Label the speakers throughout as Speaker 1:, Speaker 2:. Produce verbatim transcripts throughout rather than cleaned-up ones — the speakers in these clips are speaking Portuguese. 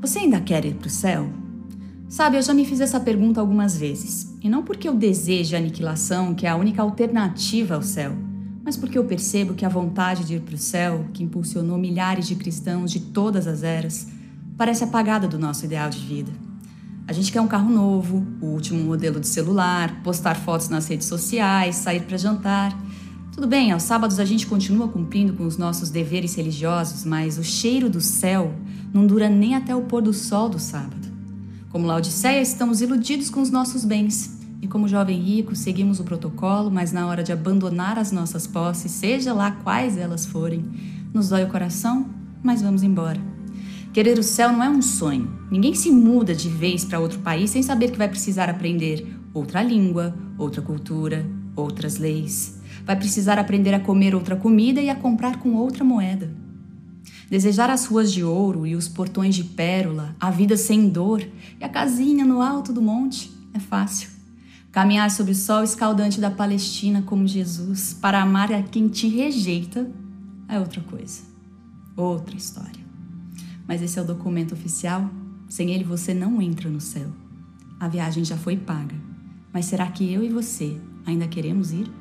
Speaker 1: Você ainda quer ir para o céu? Sabe, eu já me fiz essa pergunta algumas vezes. E não porque eu deseje a aniquilação, que é a única alternativa ao céu, mas porque eu percebo que a vontade de ir para o céu, que impulsionou milhares de cristãos de todas as eras, parece apagada do nosso ideal de vida. A gente quer um carro novo, o último modelo de celular, postar fotos nas redes sociais, sair para jantar. Tudo bem, aos sábados a gente continua cumprindo com os nossos deveres religiosos, mas o cheiro do céu não dura nem até o pôr do sol do sábado. Como Laodiceia, estamos iludidos com os nossos bens. E como jovem rico, seguimos o protocolo, mas na hora de abandonar as nossas posses, seja lá quais elas forem, nos dói o coração, mas vamos embora. Querer o céu não é um sonho. Ninguém se muda de vez para outro país sem saber que vai precisar aprender outra língua, outra cultura, outras leis. Vai precisar aprender a comer outra comida e a comprar com outra moeda. Desejar as ruas de ouro e os portões de pérola, a vida sem dor e a casinha no alto do monte é fácil. Caminhar sob o sol escaldante da Palestina como Jesus para amar a quem te rejeita é outra coisa, outra história. Mas esse é o documento oficial, sem ele você não entra no céu. A viagem já foi paga, mas será que eu e você ainda queremos ir?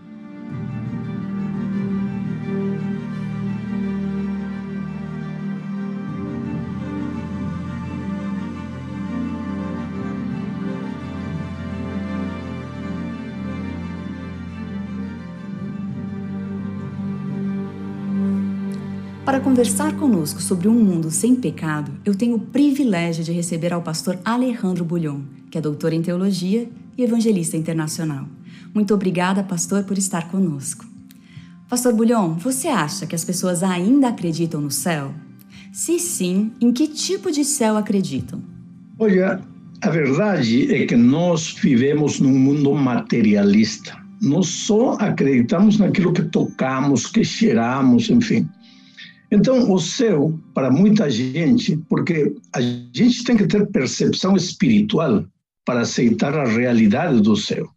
Speaker 1: Para conversar conosco sobre um mundo sem pecado, eu tenho o privilégio de receber ao pastor Alejandro Bulhon, que é doutor em teologia e evangelista internacional. Muito obrigada, pastor, por estar conosco. Pastor Bulhon, você acha que as pessoas ainda acreditam no céu? Se sim, em que tipo de céu acreditam?
Speaker 2: Olha, a verdade é que nós vivemos num mundo materialista. Nós só acreditamos naquilo que tocamos, que cheiramos, enfim. Então, o céu, para muita gente, porque a gente tem que ter percepção espiritual para aceitar a realidade do céu.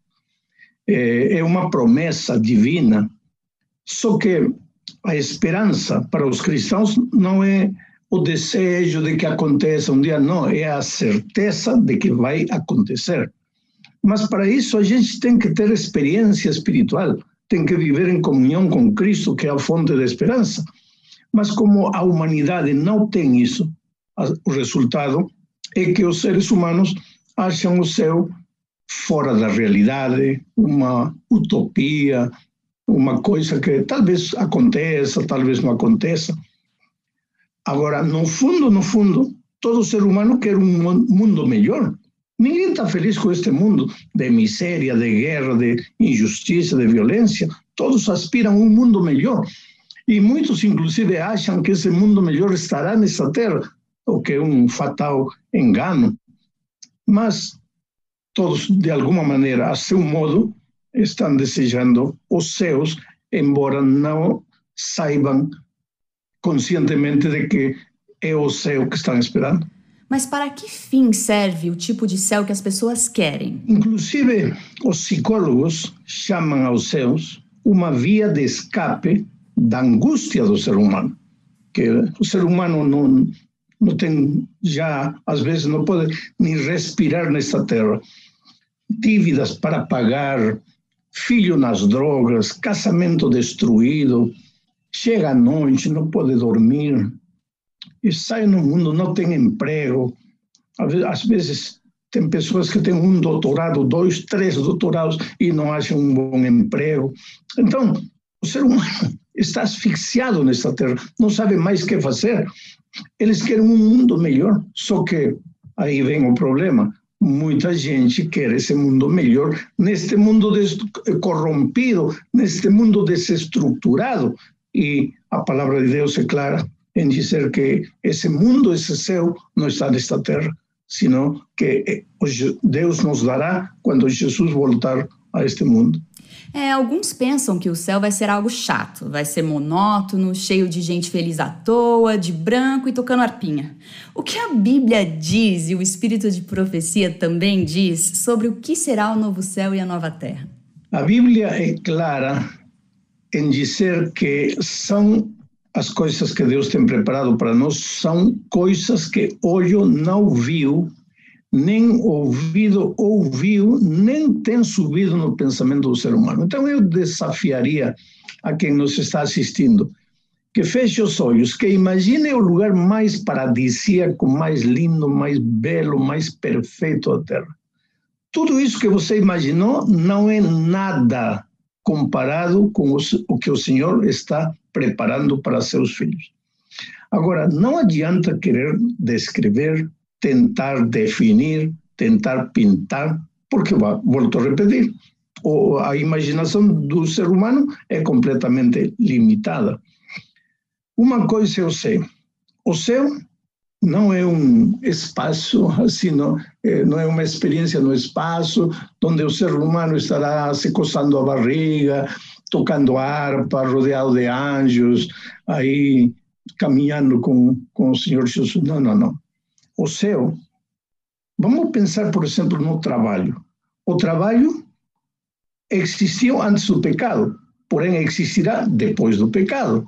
Speaker 2: É uma promessa divina, só que a esperança para os cristãos não é o desejo de que aconteça um dia, não, é a certeza de que vai acontecer. Mas para isso a gente tem que ter experiência espiritual, tem que viver em comunhão com Cristo, que é a fonte da esperança. Mas como a humanidade não tem isso, o resultado é que os seres humanos acham o céu fora da realidade, uma utopia, uma coisa que talvez aconteça, talvez não aconteça. Agora, no fundo, no fundo, todo ser humano quer um mundo melhor. Ninguém está feliz com este mundo de miséria, de guerra, de injustiça, de violência. Todos aspiram a um mundo melhor. E muitos, inclusive, acham que esse mundo melhor estará nessa terra, o que é um fatal engano. Mas todos, de alguma maneira, a seu modo, estão desejando os céus, embora não saibam conscientemente de que é o céu que estão esperando.
Speaker 1: Mas para que fim serve o tipo de céu que as pessoas querem?
Speaker 2: Inclusive, os psicólogos chamam aos céus uma via de escape da angústia do ser humano, que o ser humano não, não tem já, às vezes não pode nem respirar nesta terra. Dívidas para pagar, filho nas drogas, casamento destruído, chega à noite, não pode dormir, e sai no mundo, não tem emprego. Às vezes tem pessoas que têm um doutorado, dois, três doutorados e não acham um bom emprego. Então, o ser humano está asfixiado nesta terra, não sabe mais o que fazer. Eles querem um mundo melhor, só que aí vem o problema. Muita gente quer esse mundo melhor neste mundo corrompido, neste mundo desestruturado. E a palavra de Deus é clara em dizer que esse mundo, esse céu, não está nesta terra, senão que Deus nos dará quando Jesus voltar a este mundo.
Speaker 1: É, alguns pensam que o céu vai ser algo chato, vai ser monótono, cheio de gente feliz à toa, de branco e tocando arpinha. O que a Bíblia diz e o Espírito de Profecia também diz sobre o que será o novo céu e a nova terra?
Speaker 2: A Bíblia é clara em dizer que são as coisas que Deus tem preparado para nós são coisas que olho não viu, nem ouvido ouviu, nem tem subido no pensamento do ser humano. Então eu desafiaria a quem nos está assistindo que feche os olhos, que imagine o lugar mais paradisíaco, mais lindo, mais belo, mais perfeito da Terra. Tudo isso que você imaginou não é nada comparado com o que o Senhor está preparando para seus filhos. Agora, não adianta querer descrever, tentar definir, tentar pintar, porque, volto a repetir, a imaginação do ser humano é completamente limitada. Uma coisa eu sei, o céu não é um espaço, assim, não, não é uma experiência no espaço, onde o ser humano estará se coçando a barriga, tocando harpa, rodeado de anjos, aí caminhando com, com o Senhor Jesus. Não, não, não. O céu, vamos pensar, por exemplo, no trabalho. O trabalho existiu antes do pecado, porém existirá depois do pecado.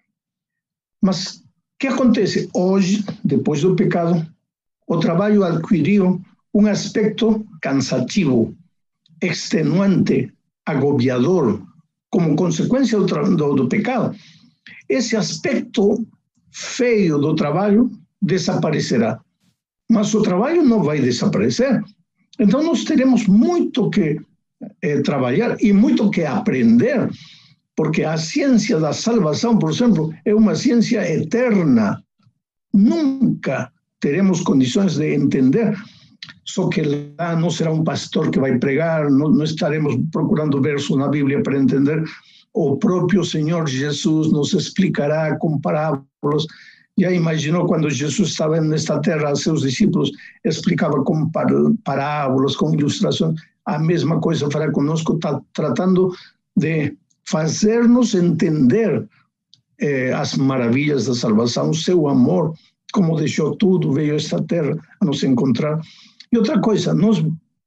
Speaker 2: Mas o que acontece? Hoje, depois do pecado, o trabalho adquiriu um aspecto cansativo, extenuante, agobiador, como consequência do, do, do pecado. Esse aspecto feio do trabalho desaparecerá. Mas o trabalho não vai desaparecer. Então nós teremos muito que eh, trabalhar e muito que aprender, porque a ciência da salvação, por exemplo, é uma ciência eterna. Nunca teremos condições de entender, só que lá não será um pastor que vai pregar, não, não estaremos procurando versos na Bíblia para entender. O próprio Senhor Jesus nos explicará com parábolas. Já imaginou quando Jesus estava nesta terra, a seus discípulos explicava com parábolas, com ilustrações? A mesma coisa fará conosco, tá, tratando de fazer-nos entender eh, as maravilhas da salvação, o seu amor, como deixou tudo, veio a esta terra a nos encontrar. E outra coisa, nós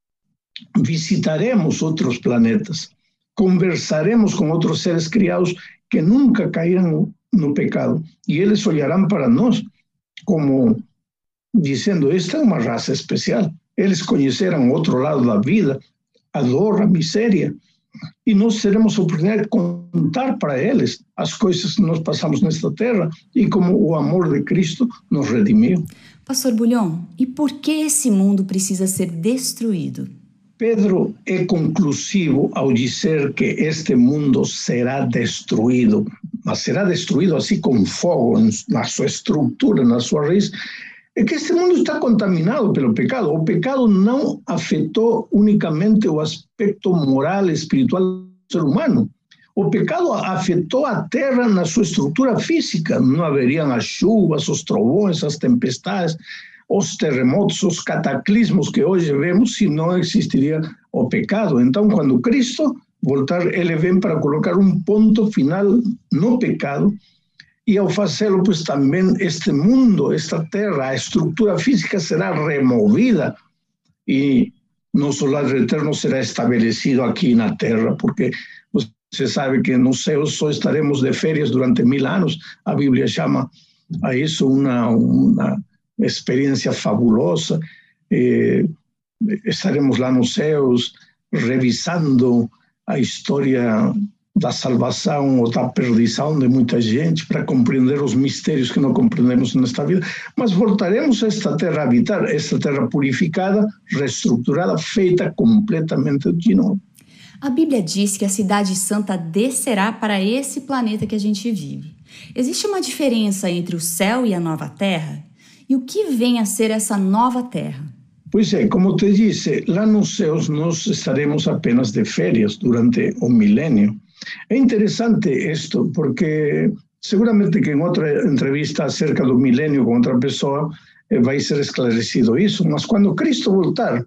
Speaker 2: visitaremos outros planetas, conversaremos com outros seres criados que nunca caíram no pecado, e eles olharão para nós como dizendo, esta é uma raça especial. Eles conheceram outro lado da vida, a dor, a miséria, e nós teremos a oportunidade de contar para eles as coisas que nós passamos nesta terra e como o amor de Cristo nos redimiu.
Speaker 1: Pastor Bulhon, e por que esse mundo precisa ser destruído?
Speaker 2: Pedro é conclusivo ao dizer que este mundo será destruído, mas será destruído assim com fogo na sua estrutura, na sua raiz. É que este mundo está contaminado pelo pecado. O pecado não afetou unicamente o aspecto moral e espiritual do ser humano. O pecado afetou a terra na sua estrutura física. Não haveriam as chuvas, os trovões, as tempestades, os terremotos, os cataclismos que hoje vemos se não existiria o pecado. Então, quando Cristo voltar, ele vem para colocar um ponto final no pecado. E ao fazê-lo, pois também este mundo, esta terra, a estrutura física será removida e nosso lar eterno será estabelecido aqui na terra, porque você sabe que no céu só estaremos de férias durante mil anos. A Bíblia chama a isso uma, uma experiência fabulosa. Eh, estaremos lá nos céus revisando a história da salvação ou da perdição de muita gente, para compreender os mistérios que não compreendemos nesta vida, mas voltaremos a esta terra a habitar, esta terra purificada, reestruturada, feita completamente de novo.
Speaker 1: A Bíblia diz que a cidade santa descerá para esse planeta que a gente vive. Existe uma diferença entre o céu e a nova terra? E o que vem a ser essa nova terra?
Speaker 2: Pois é, como te disse, lá nos céus nós estaremos apenas de férias durante o milênio. É interessante isto, porque seguramente que em outra entrevista acerca do milênio com outra pessoa vai ser esclarecido isso, mas quando Cristo voltar,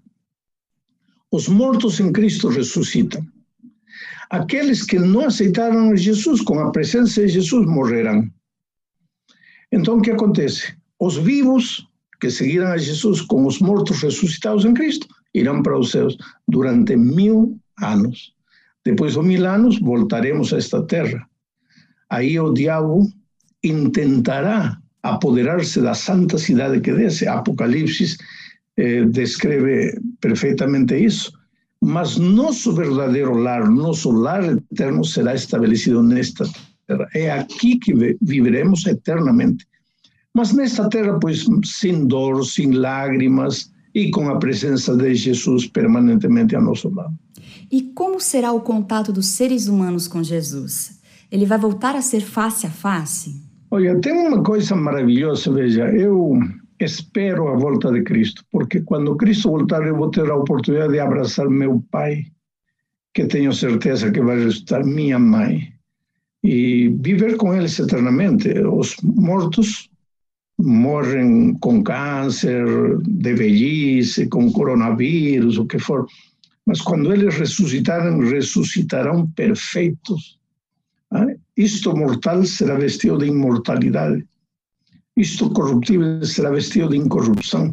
Speaker 2: os mortos em Cristo ressuscitam. Aqueles que não aceitaram Jesus, com a presença de Jesus, morrerão. Então o que acontece? Os vivos que seguiram a Jesus com os mortos ressuscitados em Cristo irão para os céus durante mil anos. Depois de mil anos, voltaremos a esta terra. Aí o diabo intentará apoderar-se da santa cidade que desce. Apocalipse eh, descreve perfeitamente isso. Mas nosso verdadeiro lar, nosso lar eterno será estabelecido nesta terra. É aqui que viveremos eternamente. Mas nesta terra, pois, sem dor, sem lágrimas e com a presença de Jesus permanentemente a nosso lado.
Speaker 1: E como será o contato dos seres humanos com Jesus? Ele vai voltar a ser face a face?
Speaker 2: Olha, tem uma coisa maravilhosa, veja, eu espero a volta de Cristo, porque quando Cristo voltar eu vou ter a oportunidade de abraçar meu pai, que tenho certeza que vai ressuscitar minha mãe, e viver com eles eternamente. Os mortos morrem com câncer, de velhice, com coronavírus, o que for, mas quando eles ressuscitarem, ressuscitarão perfeitos. Isto mortal será vestido de imortalidade. Isto corruptível será vestido de incorrupção.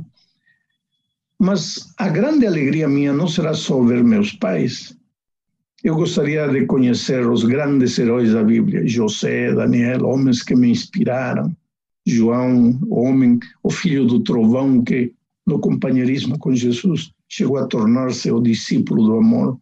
Speaker 2: Mas a grande alegria minha não será só ver meus pais. Eu gostaria de conhecer os grandes heróis da Bíblia, José, Daniel, homens que me inspiraram. João, homem, o filho do trovão que, no companheirismo com Jesus, chegou a tornar-se o discípulo do amor.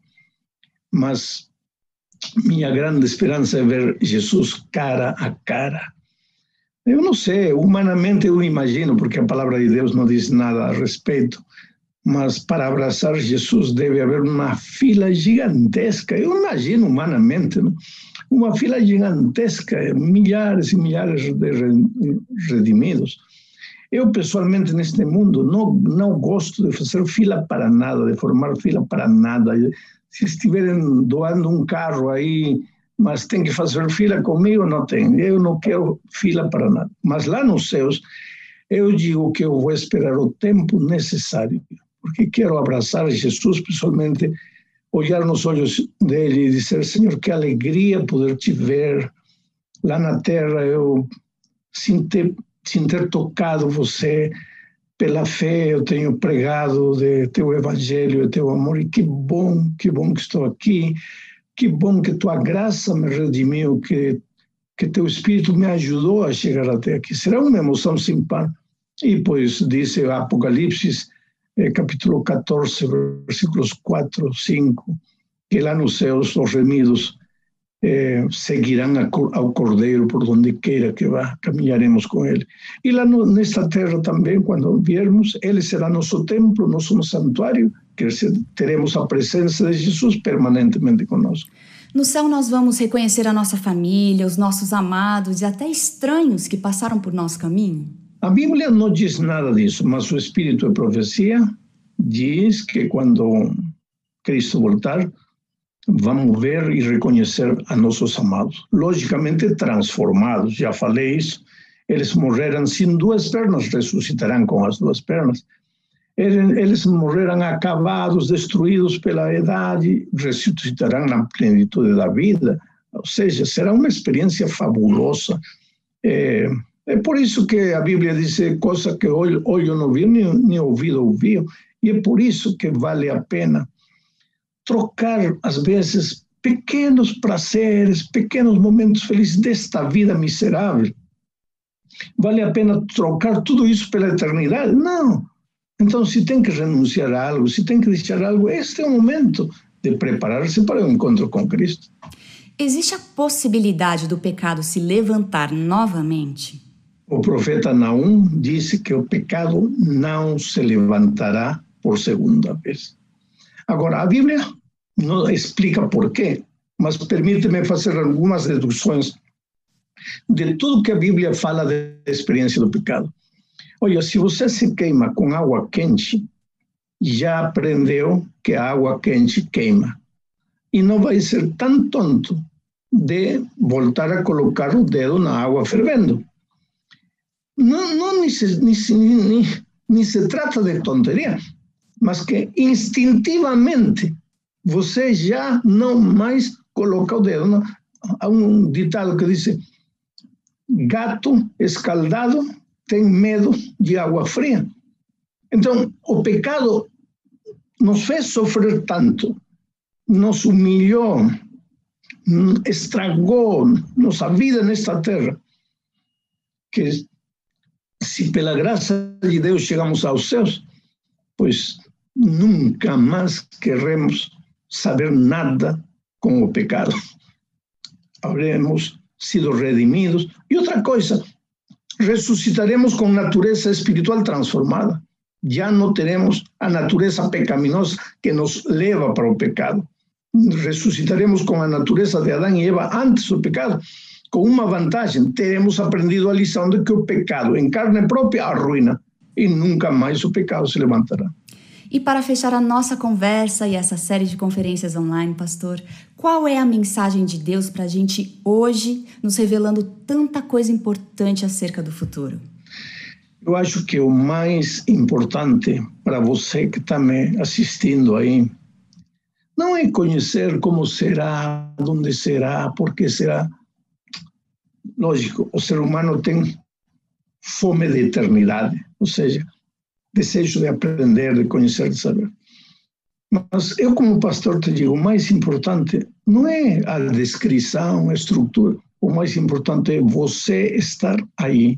Speaker 2: Mas minha grande esperança é ver Jesus cara a cara. Eu não sei, humanamente eu imagino, porque a palavra de Deus não diz nada a respeito, mas para abraçar Jesus deve haver uma fila gigantesca. Eu imagino humanamente, não? Uma fila gigantesca, milhares e milhares de redimidos. Eu, pessoalmente, neste mundo, não, não gosto de fazer fila para nada, de formar fila para nada. Se estiverem doando um carro aí, mas tem que fazer fila comigo, não tem. Eu não quero fila para nada. Mas lá nos céus, eu digo que eu vou esperar o tempo necessário, porque quero abraçar Jesus pessoalmente, olhar nos olhos dele e dizer: Senhor, que alegria poder te ver lá na terra. Eu, sem ter, sem ter tocado você, pela fé eu tenho pregado de teu evangelho, de teu amor, e que bom, que bom que estou aqui. Que bom que tua graça me redimiu, que, que teu Espírito me ajudou a chegar até aqui. Será uma emoção sem par. E pois diz Apocalipse, eh, capítulo catorze, versículos quatro, cinco, que lá nos céus os remidos eh, seguirão ao Cordeiro por donde queira que vá, caminharemos com ele. E lá no, nesta terra também, quando viermos, ele será nosso templo, nosso santuário, que teremos a presença de Jesus permanentemente conosco.
Speaker 1: No céu nós vamos reconhecer a nossa família, os nossos amados e até estranhos que passaram por nosso caminho?
Speaker 2: A Bíblia não diz nada disso, mas o Espírito de Profecia diz que quando Cristo voltar, vamos ver e reconhecer a nossos amados. Logicamente transformados, já falei isso. Eles morreram sem duas pernas, ressuscitarão com as duas pernas. Eles morreram acabados, destruídos pela idade, ressuscitarão na plenitude da vida. Ou seja, será uma experiência fabulosa. É, é por isso que a Bíblia diz coisa que olho, olho não viu, nem, nem ouvido ouviu. E é por isso que vale a pena trocar, às vezes, pequenos prazeres, pequenos momentos felizes desta vida miserável. Vale a pena trocar tudo isso pela eternidade? Não. Então, se tem que renunciar a algo, se tem que deixar algo, este é o momento de preparar-se para o encontro com Cristo.
Speaker 1: Existe a possibilidade do pecado se levantar novamente?
Speaker 2: O profeta Naum disse que o pecado não se levantará por segunda vez. Agora, a Bíblia não explica por quê, mas permite-me fazer algumas deduções de tudo que a Bíblia fala da experiência do pecado. Olha, se você se queima com água quente, já aprendeu que a água quente queima. E não vai ser tão tonto de voltar a colocar o dedo na água fervendo. Não, não nem, se, nem, nem, nem se trata de tonteria, mas que instintivamente você já não mais coloca o dedo. Não? Há um ditado que diz: gato escaldado tem medo de água fria. Então, o pecado nos fez sofrer tanto, nos humilhou, estragou nossa vida nesta terra, que se pela graça de Deus chegamos aos céus, pois nunca mais queremos saber nada com o pecado. Habremos sido redimidos. E outra coisa, ressuscitaremos com natureza espiritual transformada. Já não teremos a natureza pecaminosa que nos leva para o pecado. Ressuscitaremos com a natureza de Adão e Eva antes do pecado, com uma vantagem: teremos aprendido a lição de que o pecado em carne própria arruina e nunca mais o pecado se levantará.
Speaker 1: E para fechar a nossa conversa e essa série de conferências online, pastor, qual é a mensagem de Deus para a gente hoje, nos revelando tanta coisa importante acerca do futuro?
Speaker 2: Eu acho que o mais importante para você que está me assistindo aí não é conhecer como será, onde será, por que será. Lógico, o ser humano tem fome de eternidade, ou seja, desejo de aprender, de conhecer, de saber. Mas eu, como pastor, te digo, o mais importante não é a descrição, a estrutura. O mais importante é você estar aí.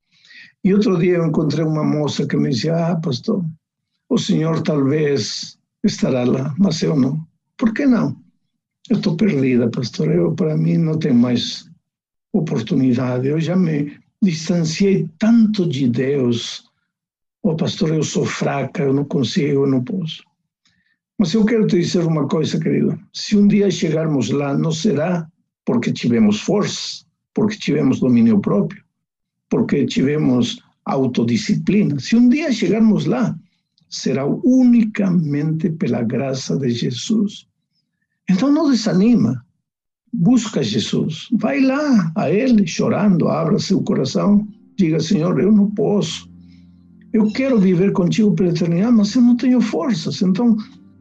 Speaker 2: E outro dia eu encontrei uma moça que me dizia: ah, pastor, o senhor talvez estará lá, mas eu não. Por que não? Eu estou perdida, pastor. Eu, para mim, não tem mais oportunidade. Eu já me distanciei tanto de Deus. Oh, pastor, eu sou fraca, eu não consigo, eu não posso. Mas eu quero te dizer uma coisa, querido. Se um dia chegarmos lá, não será porque tivemos força, porque tivemos domínio próprio, porque tivemos autodisciplina. Se um dia chegarmos lá, será unicamente pela graça de Jesus. Então não desanima. Busca Jesus. Vai lá a Ele, chorando, abra seu coração. Diga: Senhor, eu não posso. Eu quero viver contigo pela eternidade, mas eu não tenho forças. Então,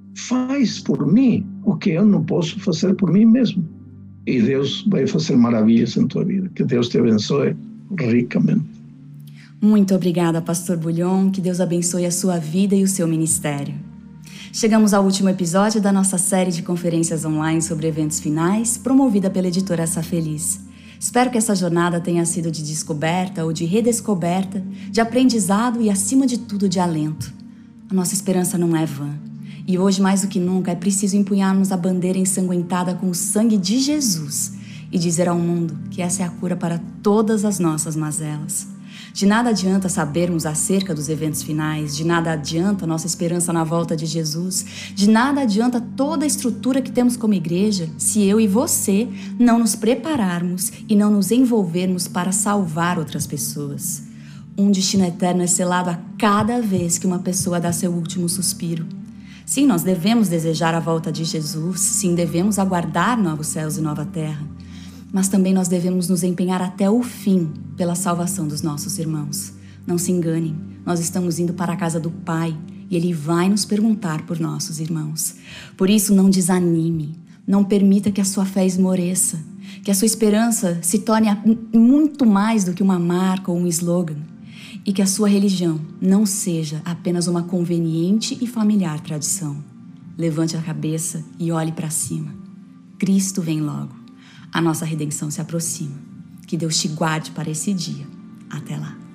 Speaker 2: faz por mim o que eu não posso fazer por mim mesmo. E Deus vai fazer maravilhas em tua vida. Que Deus te abençoe ricamente.
Speaker 1: Muito obrigada, pastor Bulhon. Que Deus abençoe a sua vida e o seu ministério. Chegamos ao último episódio da nossa série de conferências online sobre eventos finais, promovida pela editora Sa Feliz. Espero que essa jornada tenha sido de descoberta ou de redescoberta, de aprendizado e, acima de tudo, de alento. A nossa esperança não é vã. E hoje, mais do que nunca, é preciso empunharmos a bandeira ensanguentada com o sangue de Jesus e dizer ao mundo que essa é a cura para todas as nossas mazelas. De nada adianta sabermos acerca dos eventos finais, de nada adianta nossa esperança na volta de Jesus, de nada adianta toda a estrutura que temos como igreja se eu e você não nos prepararmos e não nos envolvermos para salvar outras pessoas. Um destino eterno é selado a cada vez que uma pessoa dá seu último suspiro. Sim, nós devemos desejar a volta de Jesus, sim, devemos aguardar novos céus e nova terra. Mas também nós devemos nos empenhar até o fim pela salvação dos nossos irmãos. Não se enganem, nós estamos indo para a casa do Pai e Ele vai nos perguntar por nossos irmãos. Por isso, não desanime, não permita que a sua fé esmoreça, que a sua esperança se torne muito mais do que uma marca ou um slogan e que a sua religião não seja apenas uma conveniente e familiar tradição. Levante a cabeça e olhe para cima. Cristo vem logo. A nossa redenção se aproxima. Que Deus te guarde para esse dia. Até lá.